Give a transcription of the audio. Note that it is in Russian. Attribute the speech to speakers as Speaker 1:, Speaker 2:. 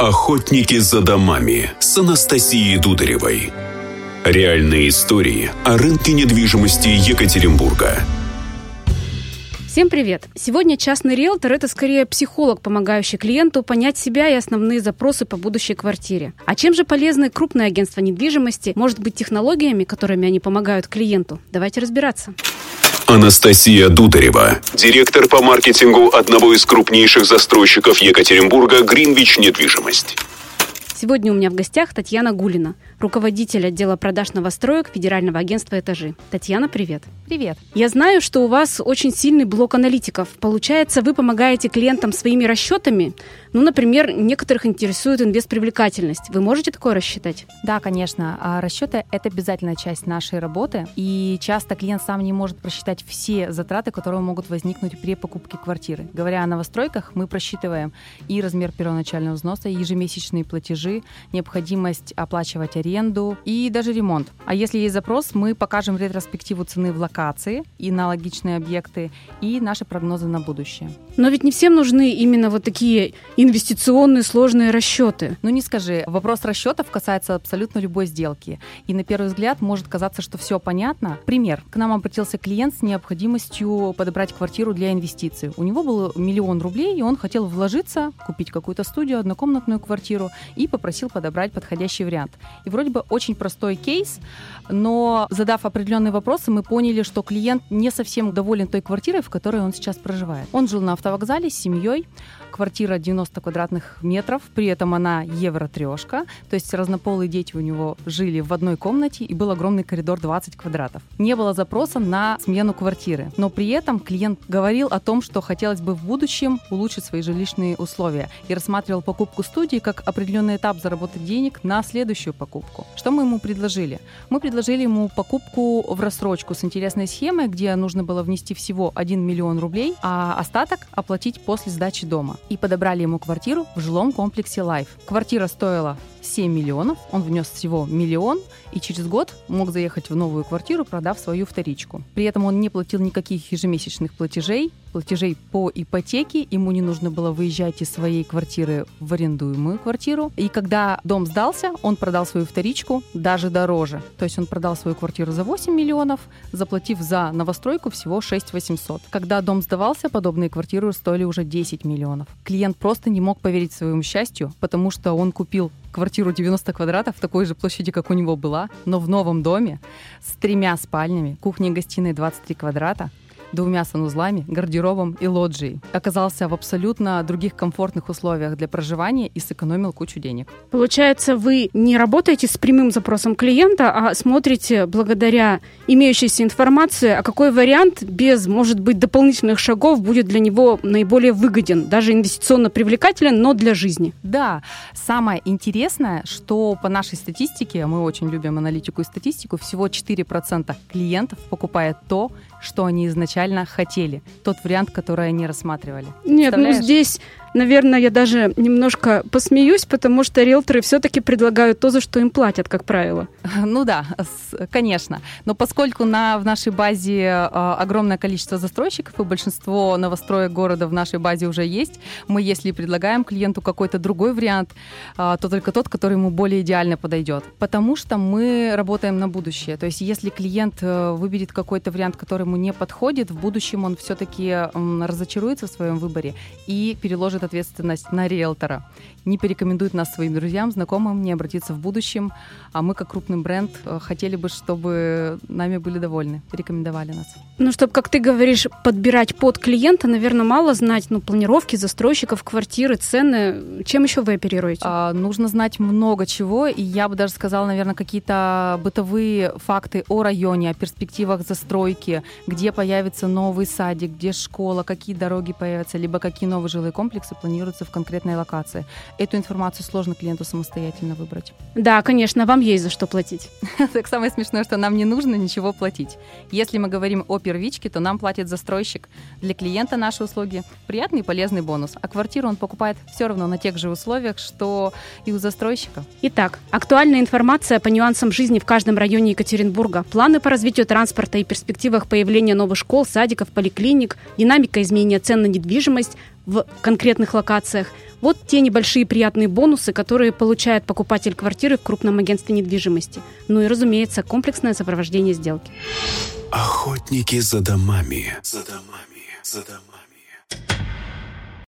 Speaker 1: Охотники за домами с Анастасией Дударевой. Реальные истории о рынке недвижимости Екатеринбурга.
Speaker 2: Всем привет! Сегодня частный риэлтор – это скорее психолог, помогающий клиенту понять себя и основные запросы по будущей квартире. А чем же полезны крупные агентства недвижимости? Может быть, технологиями, которыми они помогают клиенту? Давайте разбираться.
Speaker 1: Анастасия Дударева, директор по маркетингу одного из крупнейших застройщиков Екатеринбурга «Гринвич Недвижимость».
Speaker 2: Сегодня у меня в гостях Татьяна Гулина, руководитель отдела продаж новостроек Федерального агентства «Этажи». Татьяна, привет.
Speaker 3: Привет.
Speaker 2: Я знаю, что у вас очень сильный блок аналитиков. Получается, вы помогаете клиентам своими расчетами? Например, некоторых интересует инвестпривлекательность. Вы можете такое рассчитать?
Speaker 3: Да, конечно. Расчеты – это обязательная часть нашей работы. И часто клиент сам не может просчитать все затраты, которые могут возникнуть при покупке квартиры. Говоря о новостройках, мы просчитываем и размер первоначального взноса, и ежемесячные платежи, необходимость оплачивать аренду и даже ремонт. А если есть запрос, мы покажем ретроспективу цены в локации и на логичные объекты, и наши прогнозы на будущее.
Speaker 2: Но ведь не всем нужны именно вот такие инвестиционные сложные расчеты.
Speaker 3: Не скажи. Вопрос расчетов касается абсолютно любой сделки. И на первый взгляд может казаться, что все понятно. Пример. К нам обратился клиент с необходимостью подобрать квартиру для инвестиций. У него был 1 000 000 рублей, и он хотел вложиться, купить какую-то студию, однокомнатную квартиру, и попросил подобрать подходящий вариант. И вроде бы очень простой кейс, но задав определенные вопросы, мы поняли, что клиент не совсем доволен той квартирой, в которой он сейчас проживает. Он жил на автовокзале с семьей, квартира 90 квадратных метров, при этом она евро-трешка, то есть разнополые дети у него жили в одной комнате, и был огромный коридор 20 квадратов. Не было запроса на смену квартиры, но при этом клиент говорил о том, что хотелось бы в будущем улучшить свои жилищные условия и рассматривал покупку студии как определенный этап заработать денег на следующую покупку. Что мы ему предложили? Мы предложили ему покупку в рассрочку с интересной схемой, где нужно было внести всего 1 000 000 рублей, а остаток оплатить после сдачи дома. И подобрали ему квартиру в жилом комплексе Life. Квартира стоила 7 миллионов, он внес всего 1 000 000 и через год мог заехать в новую квартиру, продав свою вторичку. При этом он не платил никаких ежемесячных платежей по ипотеке, ему не нужно было выезжать из своей квартиры в арендуемую квартиру. И когда дом сдался, он продал свою вторичку даже дороже. То есть он продал свою квартиру за 8 миллионов, заплатив за новостройку всего 6 800. Когда дом сдавался, подобные квартиры стоили уже 10 миллионов. Клиент просто не мог поверить своему счастью, потому что он купил квартиру 90 квадратов, такой же площади, как у него была, но в новом доме с 3 спальнями, кухней и гостиной 23 квадрата, 2 санузлами, гардеробом и лоджией. Оказался в абсолютно других комфортных условиях для проживания и сэкономил кучу денег.
Speaker 2: Получается, вы не работаете с прямым запросом клиента, а смотрите благодаря имеющейся информации, а какой вариант без, может быть, дополнительных шагов будет для него наиболее выгоден, даже инвестиционно привлекателен, но для жизни.
Speaker 3: Да, самое интересное, что по нашей статистике, мы очень любим аналитику и статистику, всего 4% клиентов покупает то, что они изначально хотели, тот вариант, который они рассматривали.
Speaker 2: Нет, здесь, наверное, я даже немножко посмеюсь, потому что риэлторы все-таки предлагают то, за что им платят, как правило.
Speaker 3: Да, конечно. Но поскольку в нашей базе огромное количество застройщиков, и большинство новостроек города в нашей базе уже есть, мы, если предлагаем клиенту какой-то другой вариант, то только тот, который ему более идеально подойдет. Потому что мы работаем на будущее. То есть если клиент выберет какой-то вариант, который ему не подходит, в будущем он все-таки разочаруется в своем выборе и переложит ответственность на риэлтора. Не порекомендует нас своим друзьям, знакомым, не обратиться в будущем. А мы, как крупный бренд, хотели бы, чтобы нами были довольны, рекомендовали нас.
Speaker 2: Чтобы, как ты говоришь, подбирать под клиента, наверное, мало знать планировки застройщиков, квартиры, цены. Чем еще вы оперируете?
Speaker 3: Нужно знать много чего, и я бы даже сказала, наверное, какие-то бытовые факты о районе, о перспективах застройки, где появится новый садик, где школа, какие дороги появятся, либо какие новые жилые комплексы планируются в конкретной локации. Эту информацию сложно клиенту самостоятельно выбрать.
Speaker 2: Да, конечно, вам есть за что платить.
Speaker 3: Так самое смешное, что нам не нужно ничего платить. Если мы говорим о первичке, то нам платит застройщик. Для клиента наши услуги приятный и полезный бонус, а квартиру он покупает все равно на тех же условиях, что и у застройщика.
Speaker 2: Итак, актуальная информация по нюансам жизни в каждом районе Екатеринбурга, планы по развитию транспорта и перспективах появления новых школ, садиков, поликлиник, динамика изменения цен на недвижимость. в конкретных локациях. Вот те небольшие приятные бонусы, которые получает покупатель квартиры в крупном агентстве недвижимости. Ну и, разумеется, комплексное сопровождение сделки.
Speaker 1: Охотники за домами. За домами. За домами.